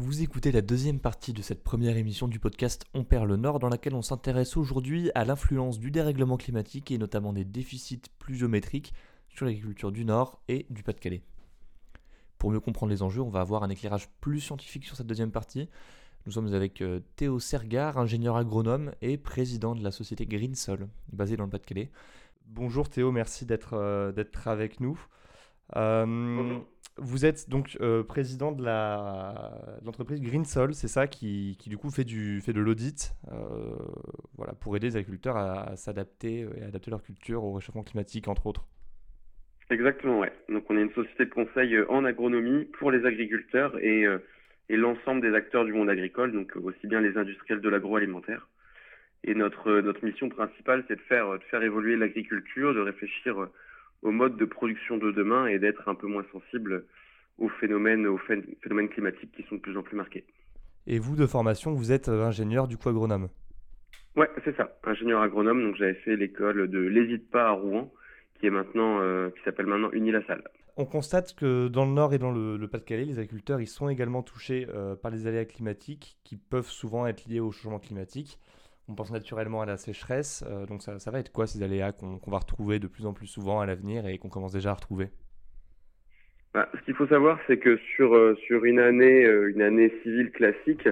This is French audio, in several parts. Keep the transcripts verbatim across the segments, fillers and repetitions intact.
Vous écoutez la deuxième partie de cette première émission du podcast On perd le Nord, dans laquelle on s'intéresse aujourd'hui à l'influence du dérèglement climatique et notamment des déficits pluviométriques sur l'agriculture du Nord et du Pas-de-Calais. Pour mieux comprendre les enjeux, on va avoir un éclairage plus scientifique sur cette deuxième partie. Nous sommes avec euh, Théo Sergard, ingénieur agronome et président de la société Greensol, basée dans le Pas-de-Calais. Bonjour Théo, merci d'être, euh, d'être avec nous. Euh, vous êtes donc euh, président de, la, de l'entreprise Greensol, c'est ça, qui, qui du coup fait, du, fait de l'audit euh, voilà, pour aider les agriculteurs à, à s'adapter et à adapter leur culture au réchauffement climatique, entre autres. Exactement, ouais. Donc on est une société de conseil euh, en agronomie pour les agriculteurs et, euh, et l'ensemble des acteurs du monde agricole, donc euh, aussi bien les industriels de l'agroalimentaire. Et notre, euh, notre mission principale, c'est de faire, de faire évoluer l'agriculture, de réfléchir euh, au mode de production de demain et d'être un peu moins sensible aux phénomènes, aux phén- phénomènes climatiques qui sont de plus en plus marqués. Et vous, de formation, vous êtes euh, ingénieur du coup agronome. Ouais, c'est ça, ingénieur agronome. Donc j'avais fait l'école de l'Hésite pas à Rouen, qui est maintenant, euh, qui s'appelle maintenant Uni-la-Salle. On constate que dans le Nord et dans le, le Pas-de-Calais, les agriculteurs ils sont également touchés euh, par les aléas climatiques qui peuvent souvent être liés au changement climatique. On pense naturellement à la sécheresse, euh, donc ça, ça va être quoi ces aléas qu'on, qu'on va retrouver de plus en plus souvent à l'avenir et qu'on commence déjà à retrouver? Bah, ce qu'il faut savoir, c'est que sur, euh, sur une année, euh, une année civile classique,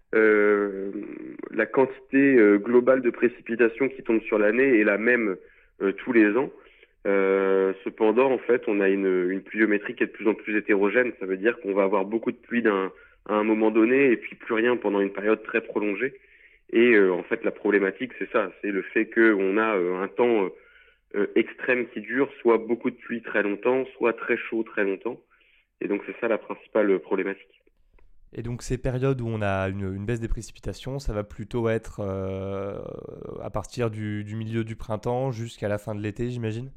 euh, la quantité euh, globale de précipitations qui tombe sur l'année est la même euh, tous les ans. Euh, cependant, en fait, on a une, une pluviométrie qui est de plus en plus hétérogène. Ça veut dire qu'on va avoir beaucoup de pluie d'un, à un moment donné et puis plus rien pendant une période très prolongée. Et euh, en fait, la problématique, c'est ça, c'est le fait qu'on a euh, un temps euh, euh, extrême qui dure, soit beaucoup de pluie très longtemps, soit très chaud très longtemps. Et donc c'est ça la principale problématique. Et donc ces périodes où on a une, une baisse des précipitations, ça va plutôt être euh, à partir du, du milieu du printemps jusqu'à la fin de l'été, j'imagine?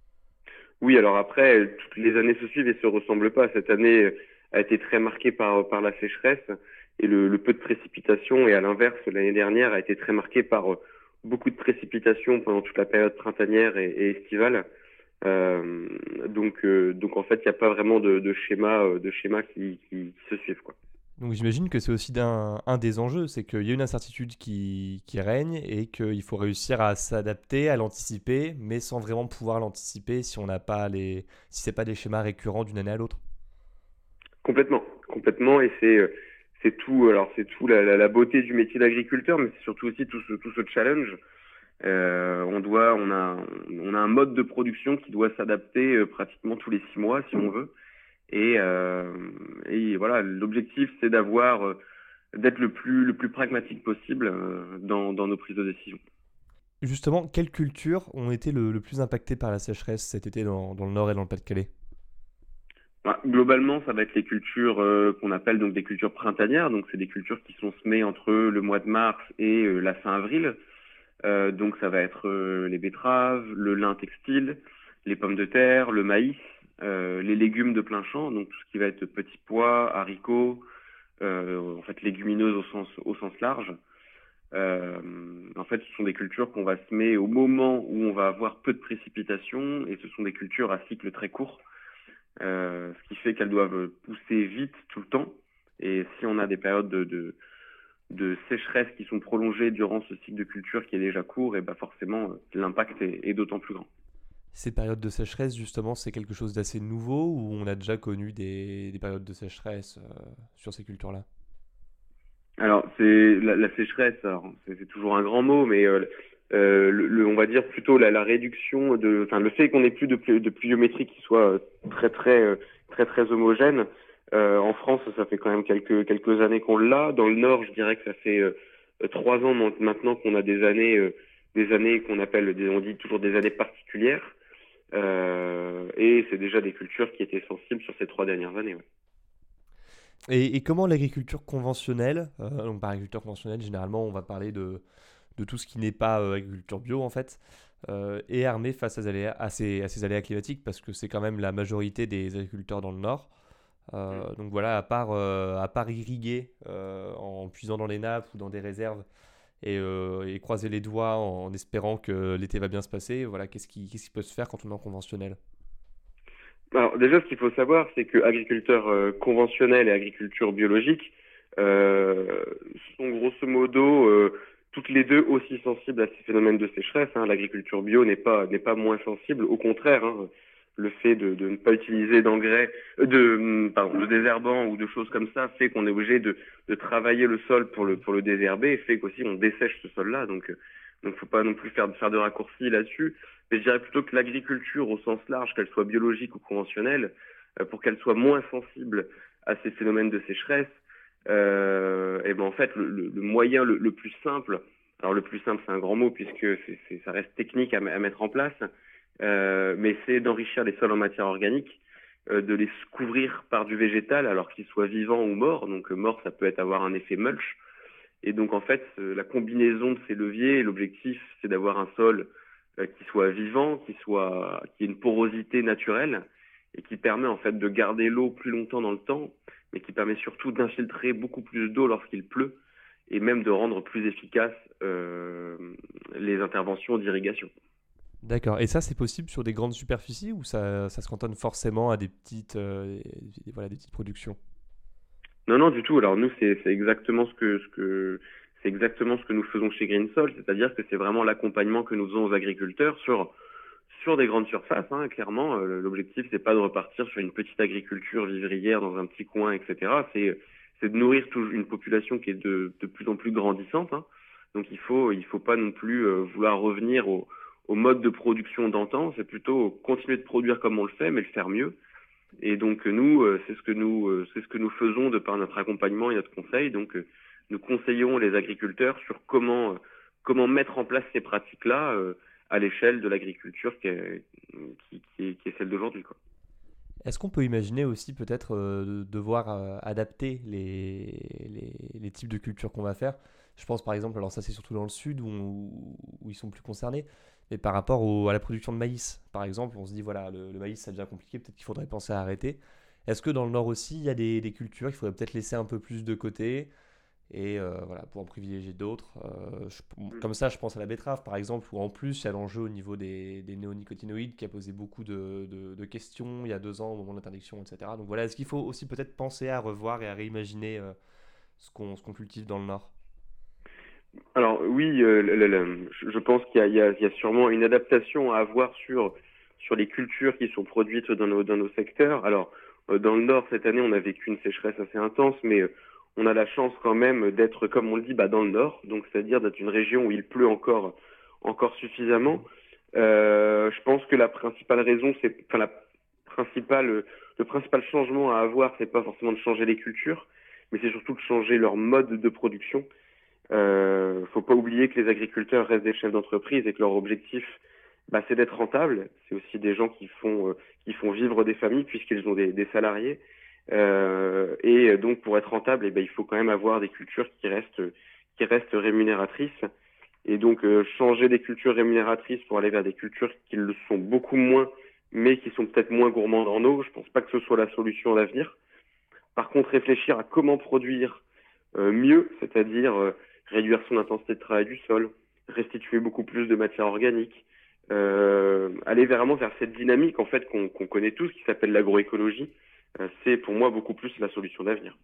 Oui, alors après, toutes les années se suivent et se ressemblent pas. Cette année a été très marquée par, par la sécheresse et le, le peu de précipitations. Et à l'inverse, l'année dernière a été très marquée par beaucoup de précipitations pendant toute la période printanière et, et estivale. Euh, donc, euh, donc en fait, il n'y a pas vraiment de, de schéma, euh, de schéma qui, qui, qui se suivent, quoi. Donc j'imagine que c'est aussi d'un, un des enjeux, c'est qu'il y a une incertitude qui, qui règne et qu'il faut réussir à s'adapter, à l'anticiper, mais sans vraiment pouvoir l'anticiper si on n'a pas les, si c'est pas des schémas récurrents d'une année à l'autre. Complètement, complètement, et c'est euh, c'est tout. Alors c'est tout la, la, la beauté du métier d'agriculteur, mais c'est surtout aussi tout ce tout ce challenge. Euh, on doit, on a on a un mode de production qui doit s'adapter euh, pratiquement tous les six mois si on veut. Et, euh, et voilà, l'objectif c'est d'avoir euh, d'être le plus le plus pragmatique possible euh, dans dans nos prises de décision. Justement, quelles cultures ont été le, le plus impactées par la sécheresse cet été dans, dans le Nord et dans le Pas-de-Calais? Bah, globalement, ça va être les cultures euh, qu'on appelle donc des cultures printanières. Donc, c'est des cultures qui sont semées entre le mois de mars et euh, la fin avril. Euh, donc, ça va être euh, les betteraves, le lin textile, les pommes de terre, le maïs, euh, les légumes de plein champ. Donc, tout ce qui va être petits pois, haricots, euh, en fait, légumineuses au sens au sens large. Euh, en fait, ce sont des cultures qu'on va semer au moment où on va avoir peu de précipitations et ce sont des cultures à cycle très court. Euh, ce qui fait qu'elles doivent pousser vite tout le temps. Et si on a des périodes de, de, de sécheresse qui sont prolongées durant ce cycle de culture qui est déjà court, et ben forcément l'impact est, est d'autant plus grand. Ces périodes de sécheresse, justement, c'est quelque chose d'assez nouveau ou on a déjà connu des, des périodes de sécheresse euh, sur ces cultures-là? Alors c'est la, la sécheresse, alors c'est, c'est toujours un grand mot, mais euh, euh, le, le- on va dire plutôt la, la réduction de, enfin le fait qu'on ait plus de, plu- de pluviométrie qui soit euh, très très euh, très très homogène. Euh, en France, ça fait quand même quelques quelques années qu'on l'a. Dans le Nord, je dirais que ça fait euh, trois ans mon- maintenant qu'on a des années euh, des années qu'on appelle des, on dit toujours des années particulières. Euh, et c'est déjà des cultures qui étaient sensibles sur ces trois dernières années. Ouais. Et, et comment l'agriculture conventionnelle, euh, donc par agriculture conventionnelle, généralement, on va parler de, de tout ce qui n'est pas euh, agriculture bio, en fait, euh, est armée face à, ces aléas, à, ces, à ces aléas climatiques, parce que c'est quand même la majorité des agriculteurs dans le Nord. Mm. Euh, donc voilà, à part, euh, à part irriguer euh, en puisant dans les nappes ou dans des réserves et, euh, et croiser les doigts en, en espérant que l'été va bien se passer, voilà, qu'est-ce qui, qu'est-ce qui peut se faire quand on est en conventionnel? Alors déjà, ce qu'il faut savoir, c'est que agriculteur euh, conventionnel et agriculture biologique, euh, sont grosso modo euh, toutes les deux aussi sensibles à ces phénomènes de sécheresse, hein. L'agriculture bio n'est pas n'est pas moins sensible, au contraire, hein. Le fait de, de ne pas utiliser d'engrais, euh, de pardon, de désherbants ou de choses comme ça fait qu'on est obligé de, de travailler le sol pour le pour le désherber, et fait qu'aussi on dessèche ce sol-là. Donc euh, donc faut pas non plus faire faire de raccourcis là-dessus. Mais je dirais plutôt que l'agriculture au sens large, qu'elle soit biologique ou conventionnelle, euh, pour qu'elle soit moins sensible à ces phénomènes de sécheresse, euh, et ben en fait le, le, le moyen le, le plus simple, alors le plus simple c'est un grand mot puisque c'est, c'est, ça reste technique à, à mettre en place, euh, mais c'est d'enrichir les sols en matière organique, euh, de les couvrir par du végétal alors qu'il soit vivant ou mort. Donc euh, mort ça peut être avoir un effet mulch, et donc en fait euh, la combinaison de ces leviers, l'objectif c'est d'avoir un sol euh, qui soit vivant, qui soit qui ait une porosité naturelle et qui permet en fait de garder l'eau plus longtemps dans le temps, mais qui permet surtout d'infiltrer beaucoup plus d'eau lorsqu'il pleut et même de rendre plus efficaces euh, les interventions d'irrigation. D'accord. Et ça, c'est possible sur des grandes superficies ou ça, ça se cantonne forcément à des petites, euh, des- voilà, des petites productions? Non, non, du tout. Alors nous, c'est c'est exactement ce que, ce que, c'est exactement ce que nous faisons chez Greensol, c'est-à-dire que c'est vraiment l'accompagnement que nous faisons aux agriculteurs sur sur des grandes surfaces, hein, clairement. Euh, l'objectif, c'est pas de repartir sur une petite agriculture vivrière dans un petit coin, et cetera. C'est c'est de nourrir tout- une population qui est de, de plus en plus grandissante, hein. Donc il faut il faut pas non plus euh, vouloir revenir au, au mode de production d'antan. C'est plutôt continuer de produire comme on le fait, mais le faire mieux. Et donc nous, euh, c'est ce que nous, euh, c'est ce que nous faisons de par notre accompagnement et notre conseil. Donc euh, nous conseillons les agriculteurs sur comment, euh, comment mettre en place ces pratiques-là euh, à l'échelle de l'agriculture qui est, qui, qui est, qui est celle d'aujourd'hui, quoi. Est-ce qu'on peut imaginer aussi peut-être euh, de devoir euh, adapter les, les, les types de cultures qu'on va faire? Je pense par exemple, alors ça c'est surtout dans le sud où, où ils sont plus concernés, mais par rapport au- à la production de maïs, par exemple, on se dit voilà, le, le maïs ça devient compliqué, peut-être qu'il faudrait penser à arrêter. Est-ce que dans le nord aussi, il y a des, des cultures qu'il faudrait peut-être laisser un peu plus de côté et euh, voilà, pour en privilégier d'autres? Euh, je- comme ça, je pense à la betterave par exemple, où en plus il y a l'enjeu au niveau des, des néonicotinoïdes qui a posé beaucoup de, de- de questions il y a deux ans au moment de l'interdiction, et cetera. Donc voilà, est-ce qu'il faut aussi peut-être penser à revoir et à réimaginer euh, ce qu'on ce qu'on cultive dans le Nord? Alors oui, euh, le- le- le- je je pense qu'il y a, il y a, il y a sûrement une adaptation à avoir sur, sur les cultures qui sont produites dans nos, dans nos secteurs. Alors euh, dans le Nord, cette année, on a vécu une sécheresse assez intense, mais euh, on a la chance quand même d'être, comme on le dit, bah, dans le Nord, donc c'est-à-dire d'être une région où il pleut encore, encore suffisamment. Euh, je pense que la principale raison, c'est, enfin la principale, le principal changement à avoir, c'est pas forcément de changer les cultures, mais c'est surtout de changer leur mode de production. Euh, faut pas oublier que les agriculteurs restent des chefs d'entreprise et que leur objectif, bah, c'est d'être rentable. C'est aussi des gens qui font, euh, qui font vivre des familles puisqu'ils ont des, des salariés. Euh, et donc, pour être rentable, eh ben, il faut quand même avoir des cultures qui restent, qui restent rémunératrices. Et donc, euh, changer des cultures rémunératrices pour aller vers des cultures qui le sont beaucoup moins, mais qui sont peut-être moins gourmandes en eau, je pense pas que ce soit la solution à l'avenir. Par contre, réfléchir à comment produire euh, mieux, c'est-à-dire euh, réduire son intensité de travail du sol, restituer beaucoup plus de matière organique, euh, aller vraiment vers cette dynamique en fait qu'on qu'on connaît tous, qui s'appelle l'agroécologie, euh, c'est pour moi beaucoup plus la solution d'avenir.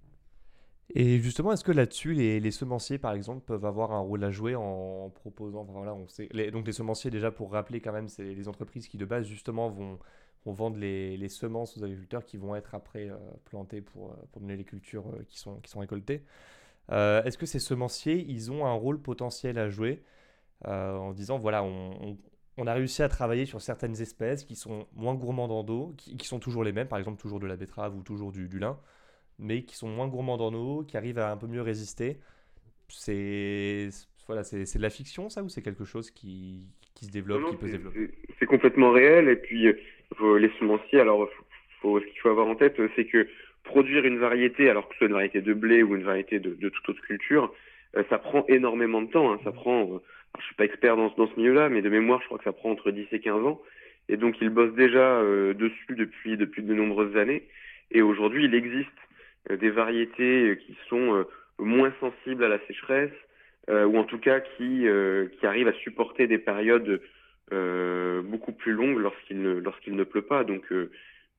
Et justement, est-ce que là-dessus, les, les semenciers, par exemple, peuvent avoir un rôle à jouer en proposant, enfin, voilà, on sait, les- donc les semenciers, déjà pour rappeler quand même, c'est les entreprises qui de base, justement, vont, vont vendre les, les semences aux agriculteurs qui vont être après euh, plantées pour, euh, pour donner les cultures euh, qui sont, qui sont récoltées. Euh, est-ce que ces semenciers, ils ont un rôle potentiel à jouer euh, en disant, voilà, on, on- on a réussi à travailler sur certaines espèces qui sont moins gourmandes en eau, qui, qui sont toujours les mêmes, par exemple toujours de la betterave ou toujours du, du lin, mais qui sont moins gourmandes en eau, qui arrivent à un peu mieux résister. C'est voilà, c'est c'est de la fiction ça ou c'est quelque chose qui, qui se Non, développe, non, qui peut se c'est développer? c'est- c'est complètement réel. Et puis, euh, faut- les semenciers, alors, faut, faut- ce qu'il faut avoir en tête, euh, c'est que produire une variété, alors que ce soit une variété de blé ou une variété de, de toute autre culture, euh, ça prend énormément de temps, hein. Ça prend, euh, alors, je suis pas expert dans, ce- dans ce milieu-là, mais de mémoire, je crois que ça prend entre dix et quinze ans. Et donc, ils bossent déjà euh, dessus depuis, depuis de nombreuses années. Et aujourd'hui, il existe euh, des variétés euh, qui sont euh, moins sensibles à la sécheresse, euh, ou en tout cas qui, euh, qui arrivent à supporter des périodes euh, beaucoup plus longues lorsqu'il ne, lorsqu'il ne pleut pas. Donc euh,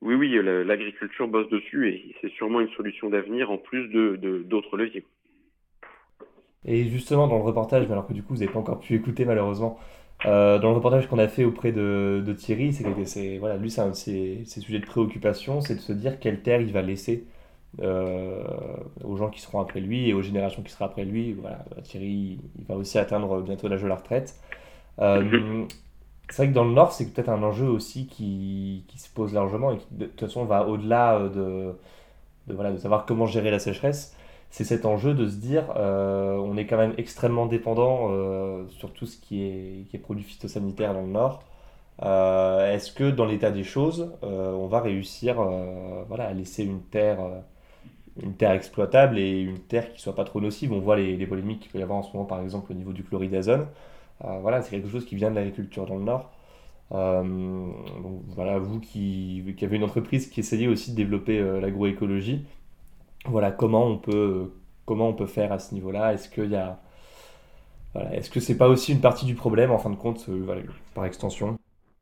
oui, oui, la- l'agriculture bosse dessus et c'est sûrement une solution d'avenir en plus de, de- d'autres leviers. Et justement, dans le reportage, mais alors que du coup, vous n'avez pas encore pu écouter malheureusement, euh, dans le reportage qu'on a fait auprès de, de Thierry, c'est que c'est, voilà, lui, c'est un de ses, ses sujets de préoccupation, c'est de se dire quelle terre il va laisser euh, aux gens qui seront après lui et aux générations qui seront après lui. Voilà, Thierry, il va aussi atteindre bientôt l'âge de la retraite. Mhm. Euh, c'est vrai que dans le Nord, c'est peut-être un enjeu aussi qui, qui se pose largement et qui, de toute façon, va au-delà euh, de, de, voilà, de savoir comment gérer la sécheresse. C'est cet enjeu de se dire, euh, on est quand même extrêmement dépendant euh, sur tout ce qui est, qui est produit phytosanitaire dans le Nord. Euh, est-ce que dans l'état des choses, euh, on va réussir euh, voilà, à laisser une terre, euh, une terre exploitable et une terre qui soit pas trop nocive? On voit les, les polémiques qu'il peut y avoir en ce moment, par exemple, au niveau du chloridazone. Euh, voilà, c'est quelque chose qui vient de l'agriculture dans le Nord. Euh, donc voilà, vous qui, qui avez une entreprise qui essayait aussi de développer euh, l'agroécologie, voilà, comment on peut, comment on peut faire à ce niveau-là? Est-ce qu'il y a, voilà, est-ce que c'est pas aussi une partie du problème en fin de compte, euh, voilà, par extension?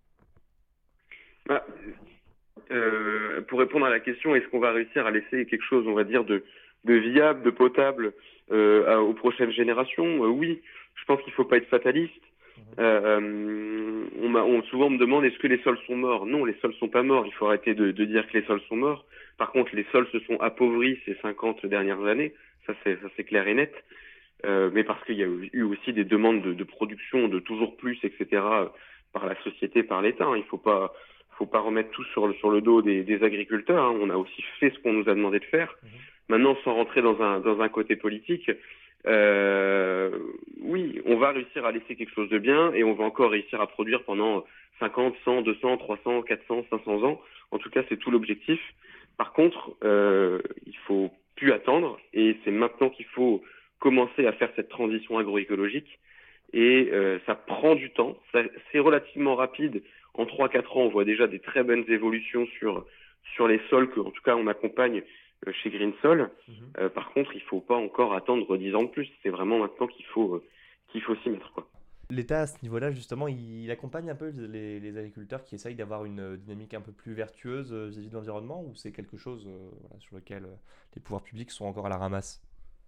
Bah, euh, pour répondre à la question, est-ce qu'on va réussir à laisser quelque chose, on va dire, de, de viable, de potable euh, à- aux prochaines générations? Euh, Oui, je pense qu'il faut pas être fataliste. Euh, euh, on m'a, on, souvent me demande est-ce que les sols sont morts? Non, les sols sont pas morts. Il faut arrêter de, de dire que les sols sont morts. Par contre, les sols se sont appauvris ces cinquante dernières années. Ça, c'est, ça, c'est clair et net. Euh, mais parce qu'il y a eu aussi des demandes de, de production de toujours plus, et cetera, par la société, par l'État. Hein. Il faut pas, faut pas remettre tout sur le, sur le dos des, des agriculteurs. Hein. On a aussi fait ce qu'on nous a demandé de faire. Maintenant, sans rentrer dans un, dans un côté politique, euh, oui, on va réussir à laisser quelque chose de bien et on va encore réussir à produire pendant cinquante, cent, deux cents, trois cents, quatre cents, cinq cents ans. En tout cas, c'est tout l'objectif. Par contre, euh, il faut plus attendre et c'est maintenant qu'il faut commencer à faire cette transition agroécologique et euh, ça prend du temps. Ça, c'est relativement rapide. En trois quatre ans, on voit déjà des très bonnes évolutions sur, sur les sols que, en tout cas, on accompagne euh, chez Greensol. Mhm. Euh, par contre, il faut pas encore attendre dix ans de plus. C'est vraiment maintenant qu'il faut, euh, qu'il faut s'y mettre, quoi. L'État, à ce niveau-là, justement, il, il accompagne un peu les, les agriculteurs qui essayent d'avoir une euh, dynamique un peu plus vertueuse euh, vis-à-vis de l'environnement, ou c'est quelque chose euh, voilà, sur lequel euh, les pouvoirs publics sont encore à la ramasse?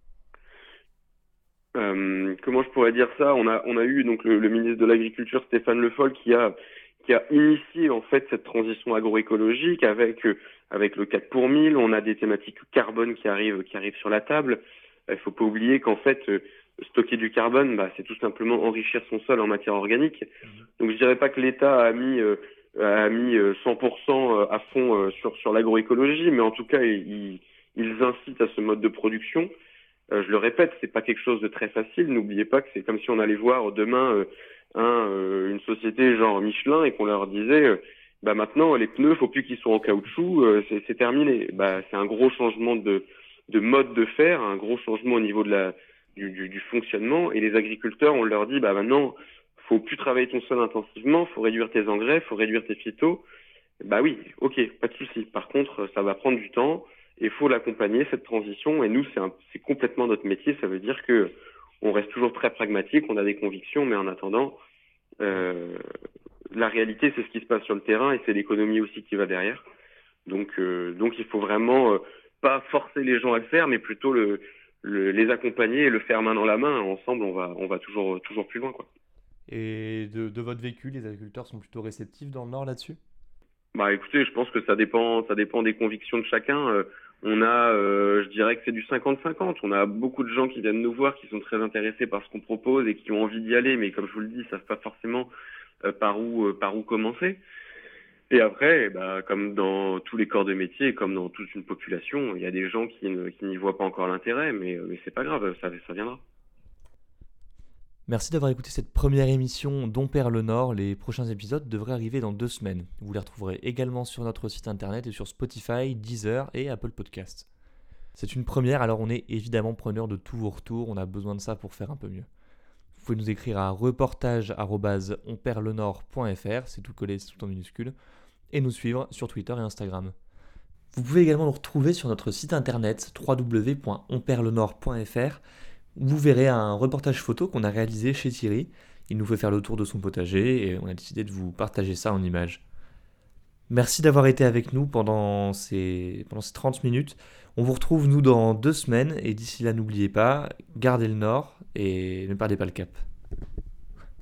Euh, comment je pourrais dire ça? On a, on a eu donc le, le ministre de l'Agriculture, Stéphane Le Foll, qui a, qui a initié en fait cette transition agroécologique avec, euh, avec le quatre pour mille. On a des thématiques carbone qui arrivent, qui arrivent sur la table. Il faut pas oublier qu'en fait, euh, stocker du carbone, bah, c'est tout simplement enrichir son sol en matière organique. Mhm. Donc je dirais pas que l'État a mis, euh, a mis euh, cent pour cent à fond euh, sur, sur l'agroécologie, mais en tout cas, ils, ils incitent à ce mode de production. Euh, je le répète, c'est pas quelque chose de très facile. N'oubliez pas que c'est comme si on allait voir demain euh, un, euh, une société genre Michelin et qu'on leur disait, euh, bah maintenant les pneus, faut plus qu'ils soient en caoutchouc, euh, c'est, c'est terminé. Bah c'est un gros changement de, de mode de faire, un gros changement au niveau de la du, du, du fonctionnement. Et les agriculteurs, on leur dit, bah maintenant, faut plus travailler ton sol intensivement, faut réduire tes engrais, faut réduire tes phytos. Bah oui, ok, pas de souci. Par contre, ça va prendre du temps et il faut l'accompagner, cette transition. Et nous, c'est un- c'est complètement notre métier. Ça veut dire que on reste toujours très pragmatique, on a des convictions, mais en attendant, euh, la réalité, c'est ce qui se passe sur le terrain et c'est l'économie aussi qui va derrière. Donc, euh, donc il faut vraiment euh, pas forcer les gens à le faire, mais plutôt le, le- les accompagner et le faire main dans la main. Ensemble, on va, on va toujours, toujours plus loin, quoi. Et de, de votre vécu, les agriculteurs sont plutôt réceptifs dans le Nord là-dessus? Bah écoutez, je pense que ça dépend, ça dépend des convictions de chacun. Euh, on a, euh, je dirais que c'est du cinquante cinquante. On a beaucoup de gens qui viennent nous voir, qui sont très intéressés par ce qu'on propose et qui ont envie d'y aller, mais comme je vous le dis, ils savent pas forcément euh, par où, euh, par où commencer. Et après, eh bah, comme dans tous les corps de métier, comme dans toute une population, il y a des gens qui ne, qui n'y voient pas encore l'intérêt, mais, euh, mais c'est pas grave, ça, ça viendra. Merci d'avoir écouté cette première émission d'On perd le Nord. Les prochains épisodes devraient arriver dans deux semaines. Vous les retrouverez également sur notre site internet et sur Spotify, Deezer et Apple Podcasts. C'est une première, alors on est évidemment preneur de tous vos retours, on a besoin de ça pour faire un peu mieux. Vous pouvez nous écrire à reportage arobase on perd le nord point f r, c'est tout collé, c'est tout en minuscule, et nous suivre sur Twitter et Instagram. Vous pouvez également nous retrouver sur notre site internet w w w point on perd le nord point f r. Vous verrez un reportage photo qu'on a réalisé chez Thierry. Il nous fait faire le tour de son potager et on a décidé de vous partager ça en images. Merci d'avoir été avec nous pendant ces, pendant ces trente minutes. On vous retrouve nous dans deux semaines et d'ici là n'oubliez pas, gardez le nord et ne perdez pas le cap.